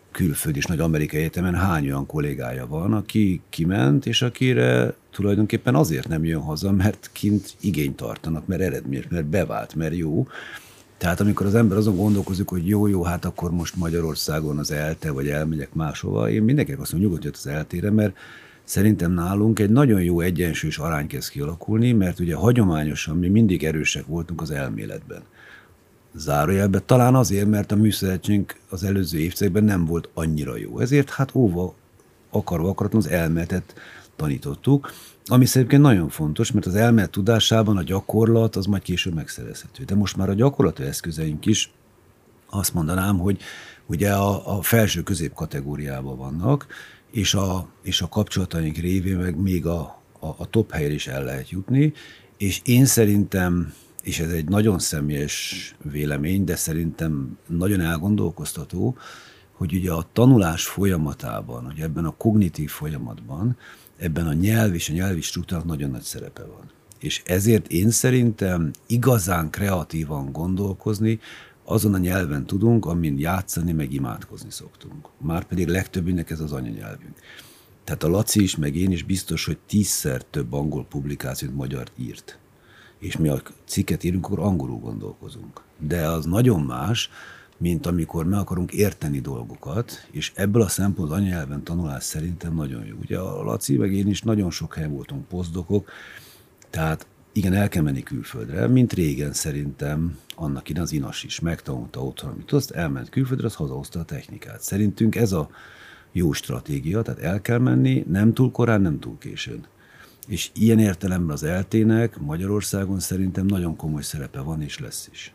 Speaker 3: külföld és nagy amerikai egyetemen hány olyan kollégája van, aki kiment, és akire tulajdonképpen azért nem jön haza, mert kint igényt tartanak, mert eredmény, mert bevált, mert jó. Tehát amikor az ember azon gondolkozik, hogy jó, hát akkor most Magyarországon az ELTE, vagy elmegyek máshova, én mindenkinek azt mondom, nyugodtan jött az ELTE-re, mert szerintem nálunk egy nagyon jó egyensúlyos arány kezd kialakulni, mert ugye hagyományosan mi mindig erősek voltunk az elméletben. Zárójelben talán azért, mert a műszeregységünk az előző évtizedekben nem volt annyira jó. Ezért hát akarva akaratlan az elméletet tanítottuk, ami szerintem nagyon fontos, mert az elmélet tudásában a gyakorlat az majd később megszerezhető. De most már a gyakorlati eszközeink is azt mondanám, hogy ugye a felső közép kategóriában vannak, és a kapcsolataink révén meg még a top helyre is el lehet jutni, és én szerintem, és ez egy nagyon személyes vélemény, de szerintem nagyon elgondolkoztató, hogy ugye a tanulás folyamatában, hogy ebben a kognitív folyamatban, ebben a nyelv és a nyelvi struktúrának nagyon nagy szerepe van. És ezért én szerintem igazán kreatívan gondolkozni, azon a nyelven tudunk, amin játszani, meg imádkozni szoktunk. Márpedig legtöbbünknek ez az anyanyelvünk. Tehát a Laci is, meg én is biztos, hogy 10-szer több angol publikációt magyart írt. És mi a cikket írunk, akkor angolul gondolkozunk. De az nagyon más, mint amikor meg akarunk érteni dolgokat, és ebből a szempontból az anyanyelven tanulás szerintem nagyon jó. Ugye a Laci, meg én is nagyon sok helyen voltunk posztdokok, tehát igen, el kell menni külföldre, mint régen szerintem annak idején az Inas is megtanulta otthon, amit azt elment külföldre, az hazahozta a technikát. Szerintünk ez a jó stratégia, tehát el kell menni, nem túl korán, nem túl későn. És ilyen értelemben az ELTE-nek Magyarországon szerintem nagyon komoly szerepe van, és lesz is.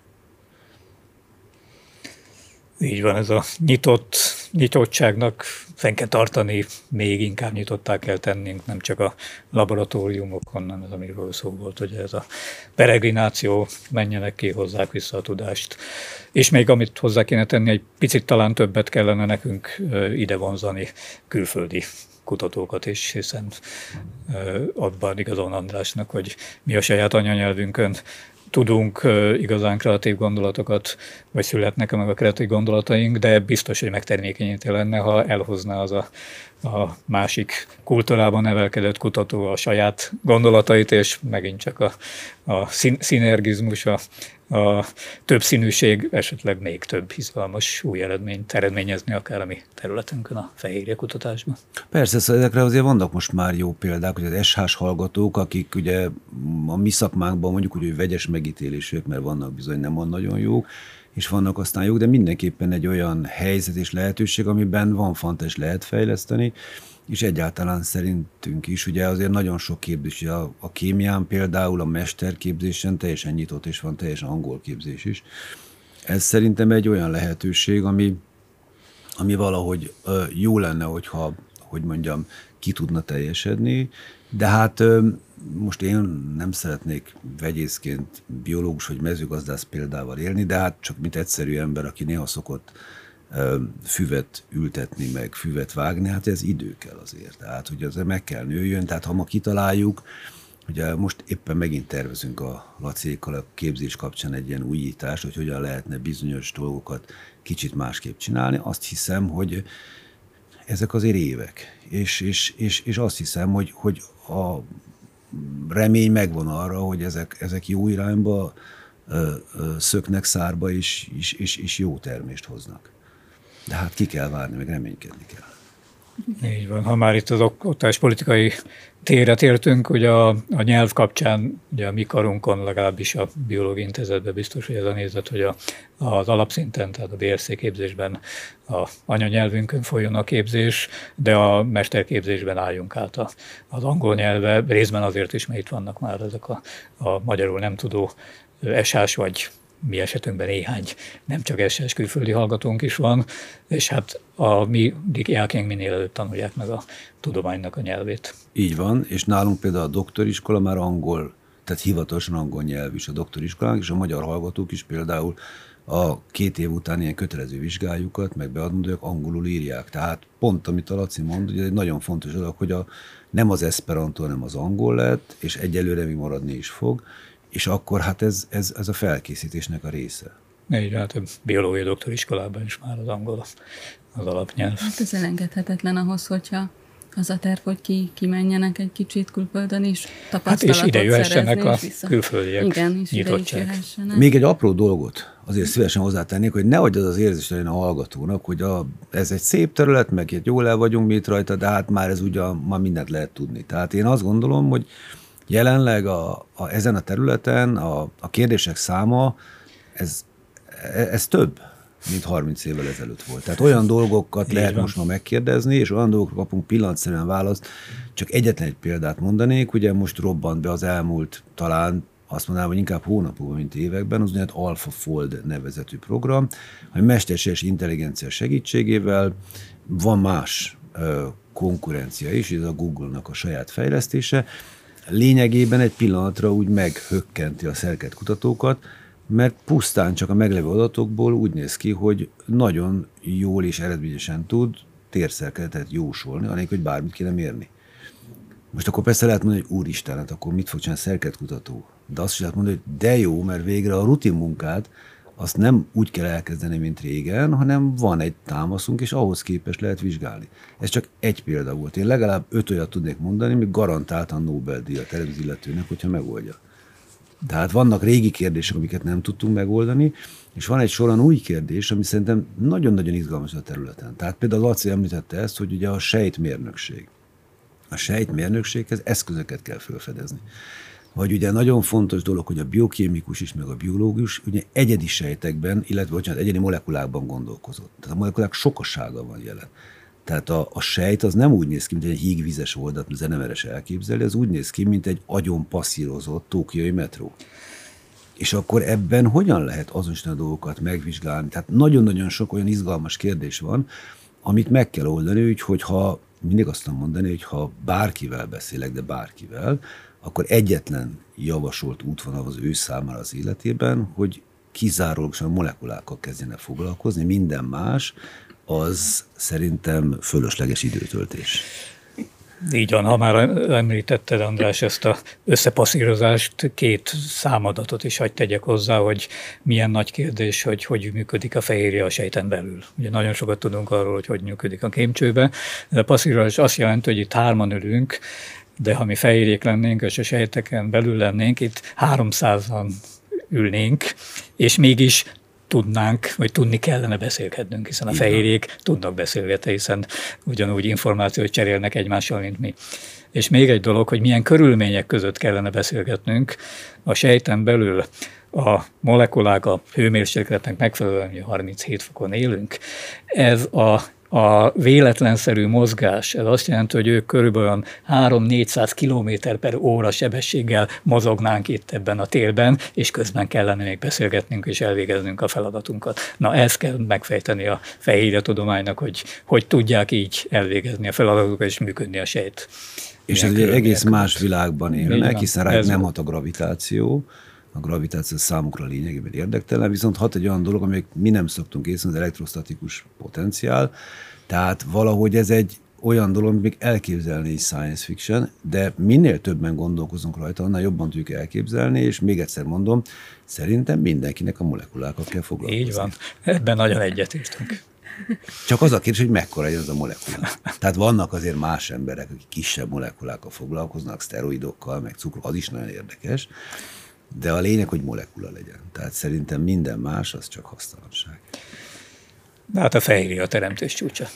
Speaker 2: Így van, ez a nyitottságnak fenn kell tartani, még inkább nyitottá kell tennünk, nem csak a laboratóriumokon, hanem ez, amiről szó volt, hogy ez a peregrináció, menjenek ki, hozzák vissza a tudást. És még amit hozzá kéne tenni, egy picit talán többet kellene nekünk ide vonzani külföldi kutatókat is, hiszen abban igazon Andrásnak, hogy mi a saját anyanyelvünkön tudunk igazán kreatív gondolatokat, vagy születnek meg a kreatív gondolataink, de biztos, hogy megtermékenyítő lenne, ha elhozná az a másik kultúrában nevelkedett kutató a saját gondolatait, és megint csak a szinergizmus, a többszínűség esetleg még több izgalmas új eredményt eredményezni akár a mi területünkön a fehérje kutatásban.
Speaker 3: Persze, szóval ezekre azért vannak most már jó példák, hogy az SH-s hallgatók, akik ugye a mi szakmánkban mondjuk úgy, hogy vegyes megítélésük, mert vannak bizony nem van nagyon jók, és vannak aztán jók, de mindenképpen egy olyan helyzet és lehetőség, amiben van fantás lehet fejleszteni, és egyáltalán szerintünk is, ugye azért nagyon sok képzés, a kémián például, a mesterképzésen teljesen nyitott, és van teljesen angol képzés is. Ez szerintem egy olyan lehetőség, ami valahogy jó lenne, hogyha, hogy mondjam, ki tudna teljesedni, de hát most én nem szeretnék vegyészként biológus vagy mezőgazdász példával élni, de hát csak mint egyszerű ember, aki néha szokott füvet ültetni, meg füvet vágni, hát ez idő kell azért. Tehát, hogy az meg kell nőjön, tehát ha ma kitaláljuk, ugye most éppen megint tervezünk a Lacékkal a képzés kapcsán egy ilyen újítást, hogy hogyan lehetne bizonyos dolgokat kicsit másképp csinálni, azt hiszem, hogy ezek azért évek. És azt hiszem, hogy a remény megvan arra, hogy ezek jó irányba szöknek szárba, és jó termést hoznak. De hát ki kell várni, meg reménykedni kell.
Speaker 2: Így van. Ha már itt az oktatáspolitikai térre tértünk, ugye a nyelv kapcsán, ugye a mi karunkon, legalábbis a Biológiai Intézetben biztos, hogy ez a nézet, hogy az alapszinten, tehát a BSc képzésben a anyanyelvünkön folyjon a képzés, de a mesterképzésben álljunk át az angol nyelvre, részben azért is, mert itt vannak már ezek a magyarul nem tudó SH vagy mi esetünkben néhány, nem csak SS külföldi hallgatónk is van, és hát a mi diákjaink minél előbb tanulják meg a tudománynak a nyelvét.
Speaker 3: Így van, és nálunk például a doktoriskola már angol, tehát hivatalosan angol nyelv is a doktoriskolánk, és a magyar hallgatók is például a 2 év után ilyen kötelező vizsgájukat, meg beadandóak angolul írják. Tehát pont, amit a Laci mond, hogy ez egy nagyon fontos dolog, hogy nem az esperanto, hanem az angol lett, és egyelőre még maradni is fog, és akkor hát ez a felkészítésnek a része.
Speaker 2: Így, hát a biológiai doktoriskolában is már az angol az alapnyelv.
Speaker 1: Hát ez elengedhetetlen ahhoz, hogyha az a terv, hogy kimenjenek egy kicsit külföldön is tapasztalatot
Speaker 2: és ide jöhessenek
Speaker 1: szerezni,
Speaker 2: a külföldiek.
Speaker 1: Igen, és
Speaker 2: nyitottság.
Speaker 3: Még egy apró dolgot azért szívesen hozzátennék, hogy nehogy az érzés legyen a hallgatónak, hogy ez egy szép terület, meg itt jól el vagyunk mi itt rajta, de hát már ez ugyan, már mindent lehet tudni. Tehát én azt gondolom, hogy jelenleg ezen a területen a kérdések száma, ez több, mint 30 évvel ezelőtt volt. Tehát olyan dolgokat lehet most már megkérdezni, és olyan dolgokra kapunk pillanatszerűen választ. Csak egyetlen egy példát mondanék, ugye most robbant be az elmúlt talán azt mondanám, hogy inkább hónapokban, mint években, az úgynevezett AlphaFold nevezetű program, ami mesterséges intelligencia segítségével van más konkurencia is, ez a Google-nak a saját fejlesztése, lényegében egy pillanatra úgy meghökkenti a szerkezetkutatókat, mert pusztán csak a meglevő adatokból úgy néz ki, hogy nagyon jól és eredményesen tud térszerkezetet jósolni, anélkül, hogy bármit kéne mérni. Most akkor persze lehet mondani, hogy úristen, hát akkor mit fog csinálni szerkezetkutató? De azt is lehet mondani, hogy de jó, mert végre a rutin munkát azt nem úgy kell elkezdeni, mint régen, hanem van egy támaszunk, és ahhoz képest lehet vizsgálni. Ez csak egy példa volt. Én legalább 5 olyat tudnék mondani, még garantáltan Nobel-díjat teremz illetőnek, hogyha megoldja. Tehát vannak régi kérdések, amiket nem tudtunk megoldani, és van egy soran új kérdés, ami szerintem nagyon-nagyon izgalmas a területen. Tehát például Laci említette ezt, hogy ugye a sejtmérnökség. A sejtmérnökséghez eszközöket kell felfedezni. Vagy ugye nagyon fontos dolog, hogy a biokémikus is, meg a biológus ugye egyedi sejtekben, illetve egyedi molekulákban gondolkozott. Tehát a molekulák sokasága van jelen. Tehát a sejt az nem úgy néz ki, mint egy hígvizes oldat, mint zeneveres elképzeli, az úgy néz ki, mint egy agyon passzírozott tokiói metró. És akkor ebben hogyan lehet azonosítani a dolgokat megvizsgálni? Tehát nagyon-nagyon sok olyan izgalmas kérdés van, amit meg kell oldani, úgyhogy mindig azt tudom mondani, hogy ha bárkivel beszélek, de bárkivel, akkor egyetlen javasolt útvonal az ő számára az életében, hogy kizárólagosan molekulákkal kezdjenek foglalkozni, minden más, az szerintem fölösleges időtöltés.
Speaker 2: Így van, ha már említetted, András, ezt az összepasszírozást, 2 számadatot is hadd tegyek hozzá, hogy milyen nagy kérdés, hogy működik a fehérje a sejten belül. Ugye nagyon sokat tudunk arról, hogy működik a kémcsőbe, de a passzírozás azt jelenti, hogy itt 3-an ülünk, de ha mi fehérjék lennénk, és a sejteken belül lennénk, itt 300-an ülnénk, és mégis tudnánk, vagy tudni kellene beszélgetnünk, hiszen a fehérjék tudnak beszélgetni, hiszen ugyanúgy információt cserélnek egymással, mint mi. És még egy dolog, hogy milyen körülmények között kellene beszélgetnünk. A sejten belül a molekulák a hőmérsékletnek megfelelően, hogy 37 fokon élünk. Ez a véletlenszerű mozgás, ez azt jelenti, hogy ők körülbelül 300-400 km/h sebességgel mozognánk itt ebben a térben, és közben kellene még beszélgetnünk és elvégeznünk a feladatunkat. Na, ezt kell megfejteni a fehérjetudománynak, hogy tudják így elvégezni a feladatukat és működni a sejt.
Speaker 3: És ez egy egész más világban élnek, hiszen rájuk nem hat a gravitáció. A gravitáció számukra lényegében érdektelen, viszont hat egy olyan dolog, amelyik mi nem szoktunk észre, az elektrostatikus potenciál. Tehát valahogy ez egy olyan dolog, amit még elképzelni is science fiction, de minél többen gondolkozunk rajta, annál jobban tudjuk elképzelni, és még egyszer mondom, szerintem mindenkinek a molekulákkal kell foglalkozni.
Speaker 2: Így van, ebben nagyon egyetértünk.
Speaker 3: Csak az a kérdés, hogy mekkora ez a molekula. Tehát vannak azért más emberek, akik kisebb molekulákkal foglalkoznak, szteroidokkal, meg cukrok, az is nagyon érdekes. De a lényeg, hogy molekula legyen. Tehát szerintem minden más, az csak hasztalanság.
Speaker 2: Hát a fehérje a teremtés csúcsa.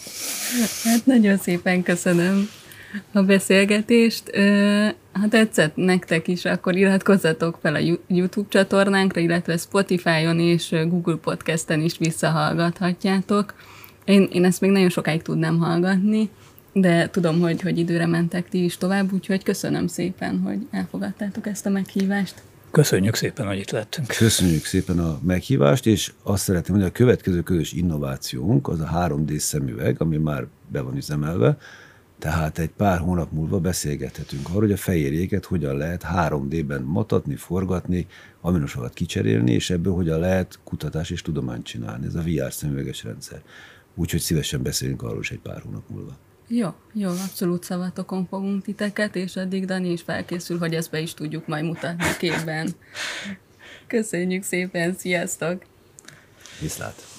Speaker 1: Hát nagyon szépen köszönöm a beszélgetést. Ha tetszett nektek is, akkor iratkozzatok fel a YouTube csatornánkra, illetve Spotify-on és Google Podcast-en is visszahallgathatjátok. Én ezt még nagyon sokáig tudnám hallgatni, de tudom, hogy időre mentek ti is tovább, úgyhogy köszönöm szépen, hogy elfogadtátok ezt a meghívást.
Speaker 2: Köszönjük szépen, hogy itt lettünk.
Speaker 3: Köszönjük szépen a meghívást, és azt szeretném mondani, hogy a következő közös innovációnk az a 3D szemüveg, ami már be van üzemelve, tehát egy pár hónap múlva beszélgethetünk arról, hogy a fehérjéket hogyan lehet 3D-ben matatni, forgatni, aminosavat kicserélni, és ebből hogyan lehet kutatás és tudományt csinálni. Ez a VR szemüveges rendszer. Úgyhogy szívesen beszélünk arról is egy pár hónap múlva.
Speaker 1: Jó, abszolút szavatokon fogunk titeket, és addig Dani is felkészül, hogy ezt be is tudjuk majd mutatni képben. Köszönjük szépen, sziasztok!
Speaker 3: Viszlát!